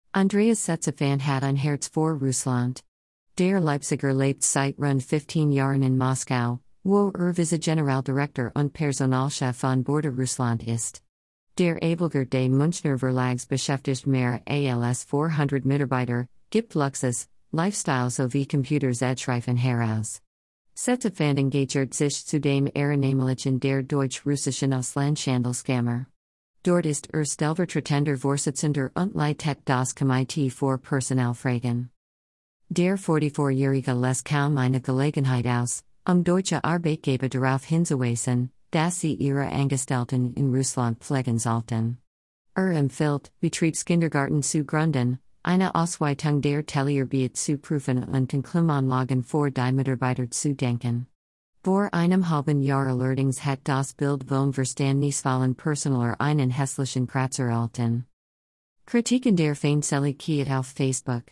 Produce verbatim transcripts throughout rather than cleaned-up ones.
Andreas Setzefant hat ein Herz für Russland. Der Leipziger lebt seit rund fifteen Jahren in Moskau, wo er Vize-Generaldirektor und Personalchef von Border Russland ist. Der Ableger des Münchner Verlags beschäftigt mehr als vierhundert Mitarbeiter, gibt Luxus, Lifestyle sowie Computerzeitschriften heraus. Setzefant engagiert sich zudem ehrenamtlich in der deutsch-russischen Auslandshandelskammer. Dort ist er stellvertretender Vorsitzender und leitet das Komitee für Personalfragen. Der forty-four-Jährige lässt kaum eine Gelegenheit aus, um deutsche Arbeitgeber darauf hinzuweisen, dass sie ihre Angestellten in Russland pflegen sollten. Er empfiehlt, Betriebskindergarten zu gründen, eine Ausweitung der Tellerarbeit zu prüfen und in Klimaanlagen für die Mitarbeiter zu denken. Vor einem halben Jahr allerdings hat das Bild Wohnverständnisvollen Personaler einen hässlichen Kratzer erhalten. Kritiken der Feindseligkeit auf Facebook.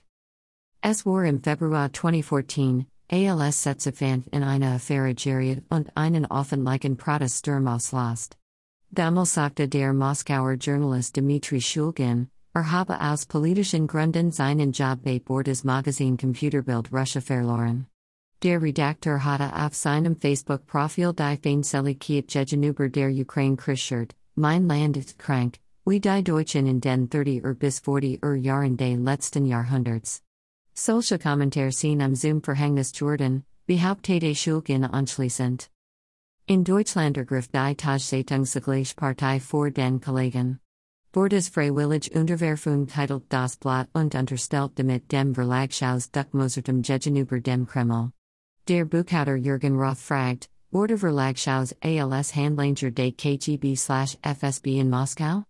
Es war im Februar twenty fourteen, als Setzefant in eine Affäre geriet und einen öffentlichen Proteststurm auslöst. Damals sagte der Moskauer Journalist Dmitri Shulgin, er habe aus politischen Gründen seinen Job bei Bordes Magazin Computerbild Russia verloren. Der Redakteur hatte auf seinem Facebook-Profil die Feindseligkeit gegenüber der Ukraine kritisiert, mein Land ist krank, wie die Deutschen in den thirtier bis fortier Jahren des letzten Jahrhunderts. Solche Kommentare sind am Zoom Verhängnis Jordan, behauptete Shulgin anschließend. In Deutschland ergriff die Tagzeitungsgleichpartei vor den Kollegen. Bordes Freiwillige Unterwerfung titelt das Blatt und unterstellt damit dem Verlagshaus Duckmosertum gegenüber dem Kreml. Der Buchautor Jürgen Roth fragt, Border Verlagshaus als Handlanger des K G B slash F S B in Moskau?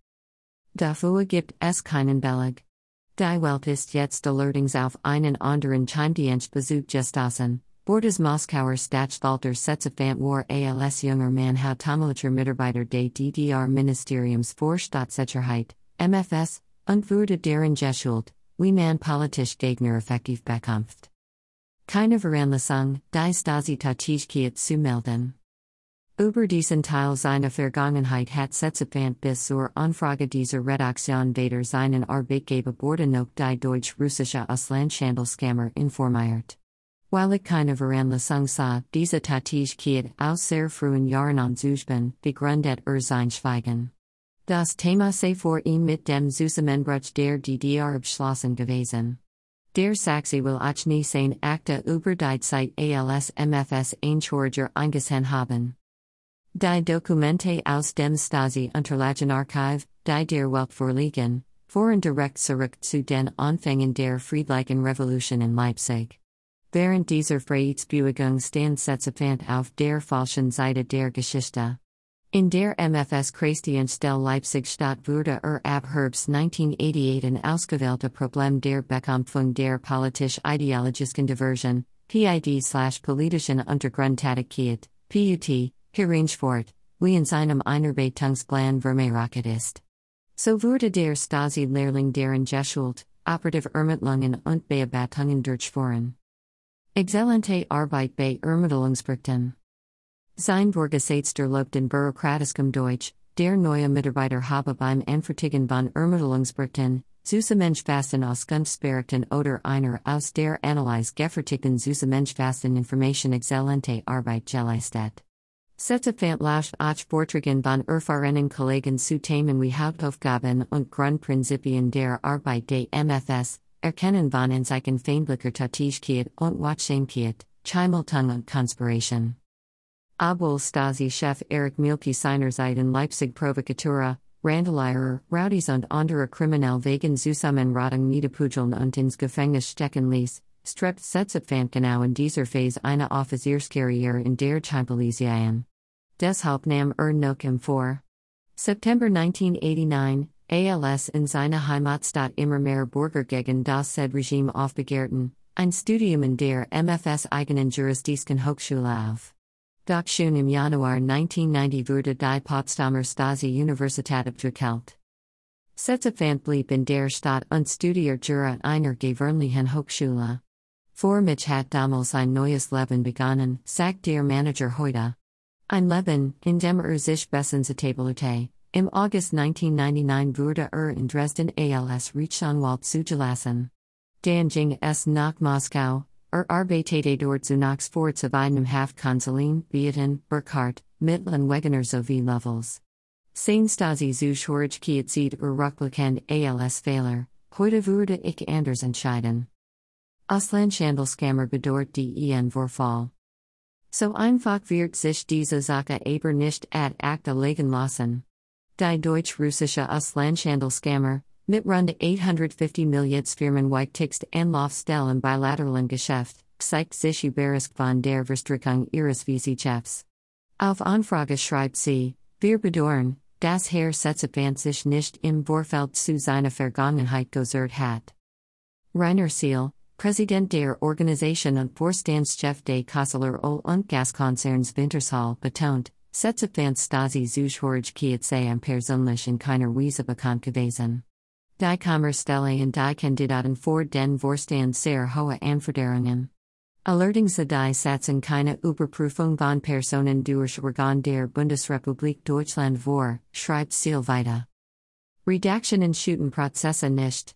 Dafür gibt es keinen Beleg. Die Welt ist jetzt allerdings auf einen anderen Chiemdienstbesuch gestoßen. Bordes Moskauer Staatsvalter Setzefant war als junger Mann hauptamtlicher Mitarbeiter des D D R-Ministeriums für Staatssicherheit, M F S, und wurde darin geschult, wie man politisch Gegner effektiv bekämpft. Keine Veranlassung, die Stasi-Tätigkeit zu melden. Über diesen Teil seiner Vergangenheit hat Setzefant bis zur Anfrage dieser Redaktion weder seinen Arbeitgeber Borda noch die deutsch-russische Auslandshandelskammer informiert. Weil ich keine Veranlassung sah, diese Tätigkeit aus sehr frühen Jahren anzuüben, begründet er sein Schweigen. Das Thema sei vor ihm mit dem Zusammenbruch der D D R abgeschlossen gewesen. Der Sachse will auch nie sein Akte über die Zeit als M F S Einschorger eingesehen haben. Die Dokumente aus dem Stasi-Unterlagenarchiv, die der Welt vorliegen, fuhren direkt zurück zu den Anfängen der Friedlichen Revolution in Leipzig. Während dieser Freiheitsbewegung stand Setzefant auf der falschen Seite der Geschichte. In der M F S Kreisdienststelle Leipzig statt wurde er ab Herbst nineteen eighty-eight ein ausgewählter Problem der Bekämpfung der politisch-ideologischen Diversion, P I D slash politischen Untergrundtätigkeit, P U T, hereingeführt, wie in seinem Einarbeitungsplan vermerkt ist. So wurde der Stasi-Lehrling darin geschult, operative Ermittlungen und Bearbeitungen durchführen. Exzellente Arbeit bei Ermittlungsberichten. Sein Vorgesetzter lobt in bürokratischem Deutsch, der neue Mitarbeiter habe beim Anfertigen von Ermittlungsberichten, Zusammenfassen aus Kunstberichten oder einer aus der Analyse gefertigten Zusammenfassen Information exzellente Arbeit geleistet. Setzefant lauscht auch Vorträgen von erfahrenen Kollegen zu Themen wie Hauptaufgaben und Grundprinzipien der Arbeit des M F S, Erkennen von Anzeichen feindlicher Tätigkeit und Wachsamkeit, Chimiltung und Konspiration. Obwohl Stasi-Chef Erich Mielke seinerzeit in Leipzig Provokateure, Randalierer, Rowdies und andere Kriminell wegen Zusammenrottung niederpugeln und ins Gefängnis stecken ließ, strebt Setzefant genau in dieser Phase eine Offizierskarriere in der Chiempolizei ein. Deshalb nahm er noch im vor. September nineteen eighty-nine, als in seiner Heimatstadt immer mehr Bürger gegen das Z-Regime aufbegehrten, ein Studium in der M F S eigenen Juristischen Hochschule auf. Doch schon im Januar nineteen ninety wurde die Potsdamer Stasi-Universität abgewickelt. Setzefant blieb in der Stadt und studierte Jura an einer gewöhnlichen Hochschule. Für mich hat damals ein neues Leben begonnen, sagt der Manager heute. Ein Leben, in dem er sich bestens etablierte, Im August nineteen ninety-nine wurde er in Dresden als Rechtsanwalt zugelassen. Dan ging es nach Moskau, er arbeitete dort zunächst vor zu einem Haftkonsulin, Beaton, Burkhardt, Mitteln Wegener sowie Levels. Sein Stasi zu Schwierigkeit er rückblickend als Fehler, heute würde ich anders entscheiden. Auslandshandelskammer bedeutet die en Vorfall. So einfach wird sich diese Sache aber nicht ad acta legen lassen. Die deutsch-russische Auslandshandelskammer, mit rund achthundertfünfzig Milliarden Wichtigst Anlaufstellen bilateralen Geschäft, zeigt sich Überrascht von der Verstrickung ihres Visichefs. Auf Anfrage schreibt sie, wir bedauern, dass Herr Setzepfand sich nicht im Vorfeld zu seiner Vergangenheit geäußert hat. Rainer Seal, Präsident der Organisation und Vorstandschef des Kasseler Öl- und Gaskonzerns Wintershall, betont, Setzepfand's Stasi Zugehörigkeit sei am persönlich in keiner Weise bekannt gewesen. Die Kammerstelle und die Kandidaten vor den Vorstand sehr hohe Anforderungen. Allerdings die Satzen keine Überprüfung von Personen durch Organ der Bundesrepublik Deutschland vor, schreibt Seal weiter. Redaktionen schuten Prozesse nicht.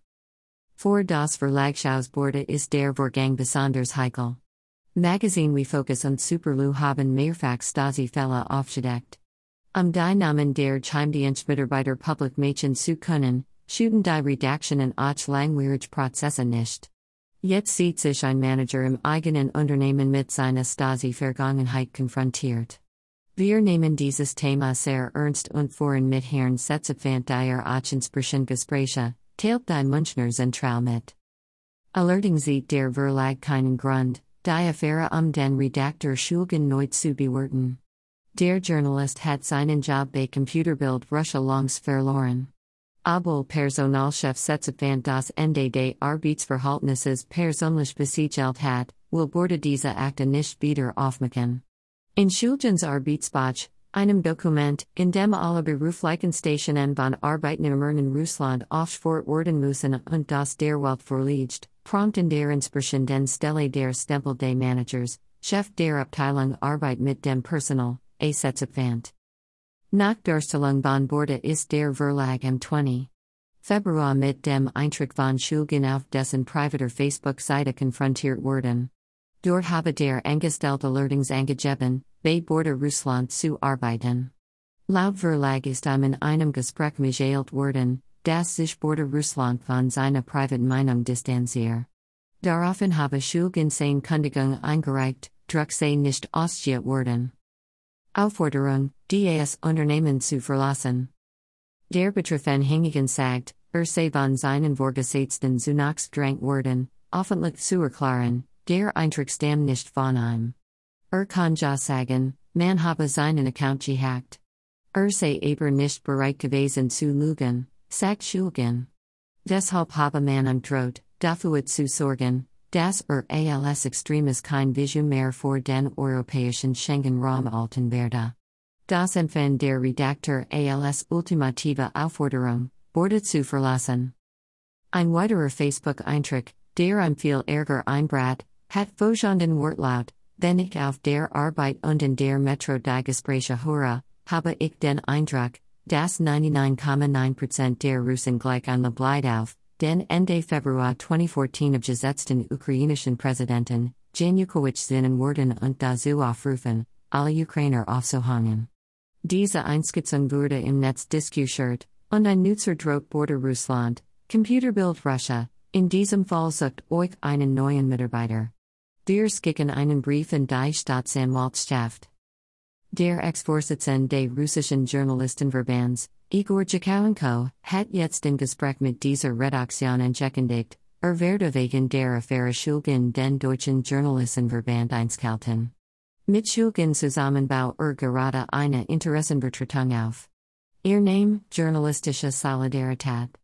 Vor das Verlagshausborde ist der Vorgang besonders heikel. Magazin wie Focus und Superlou haben mehrfach Stasi-Fälle aufgedeckt. Um die Namen der Heimdienstmitarbeiter publik machen zu können, schuten die Redaktionen auch langwierige Prozesse nicht. Jetzt sieht sich ein Manager im eigenen Unternehmen mit seiner Stasi-Vergangenheit konfrontiert. Wir nehmen dieses Thema sehr ernst und fahren mit Herrn Setzepfand der Ochensprischen Gespräche, teilt die Münchner Zentral mit. Allerdings sieht der Verlag keinen Grund, die Affäre um den Redakteur Schulgen neu zu bewerten. Der Journalist hat seinen Job bei Computerbild Russia längst verloren. Obwohl Personalchef Setzepfand das Ende des Arbeitsverhältnisses persönlich besiegelt hat, will Borde diese Akte nicht wieder aufmachen. In Schulgens Arbeitsbuch, einem Dokument, in dem alle beruflichen Stationen von Arbeitnehmern in Russland aufgeführt werden müssen und das der Welt vorliegt, prompten der entsprechenden Stelle der Stempel des Managers, Chef der Abteilung Arbeit mit dem Personal, a Setzepfand. Nach Darstellung von Borde ist der Verlag am zweiten Februar mit dem Eintrag von Schulgen auf dessen privater Facebook-Seite konfrontiert worden. Dort habe der Angestellte allerdings angegeben, bei Borde Russland zu arbeiten. Laut Verlag ist ihm in einem Gespräch mitgeteilt worden, dass sich Borde Russland von seiner privaten Meinung distanziert. Daraufhin habe Schulgen seine Kündigung eingereicht, Druck sei nicht ausgeübt worden. Aufforderung, das Unternehmen zu verlassen. Der Betreffenhängigen sagt, er sei von seinen Vorgesetzten zunächst drängt worden, öffentlich zu erklären, der Eintrag stammt nicht von ihm. Er kann ja sagen, man habe seinen Account gehackt. Er sei aber nicht bereit gewesen zu lügen, sagt Schulgen. Deshalb habe man ihm droht, dafür zu sorgen, dass er als Extremes kein Visum mehr vor den europäischen Schengen-Raum halten werde. Das empfand der Redakteur als ultimative Aufforderung, Borde zu verlassen. Ein weiterer Facebook-Eintrag, der ihm viel Ärger einbrat, hat folgenden Wortlaut: Wenn ich auf der Arbeit und in der Metro die Gespräche höre, habe ich den Eindruck, dass neunundneunzig Komma neun Prozent der Russen gleich angeblit auf den Ende Februar zweitausendvierzehn abgesetzten ukrainischen Präsidenten, Janukowytsch sinnen worden und dazu aufrufen, alle Ukrainer aufzuhängen. Diese Einschätzung wurde im Netz diskutiert, und ein Nutzer droht Borde Russland, Computerbild Russia, in diesem Fall sucht euch einen neuen Mitarbeiter. Wir schicken einen Brief in die Staatsanwaltschaft. Der Ex-Vorsitzende des russischen Journalistenverbands, Igor Jakauenko, hat jetzt im Gespräch mit dieser Redaktion angekündigt, er werde wegen der Affäre Schulgen den deutschen Journalistenverband einschalten. Mit Schulgen Zusammenbau er gerade eine Interessenvertretung auf. Ihr Name, journalistische Solidarität.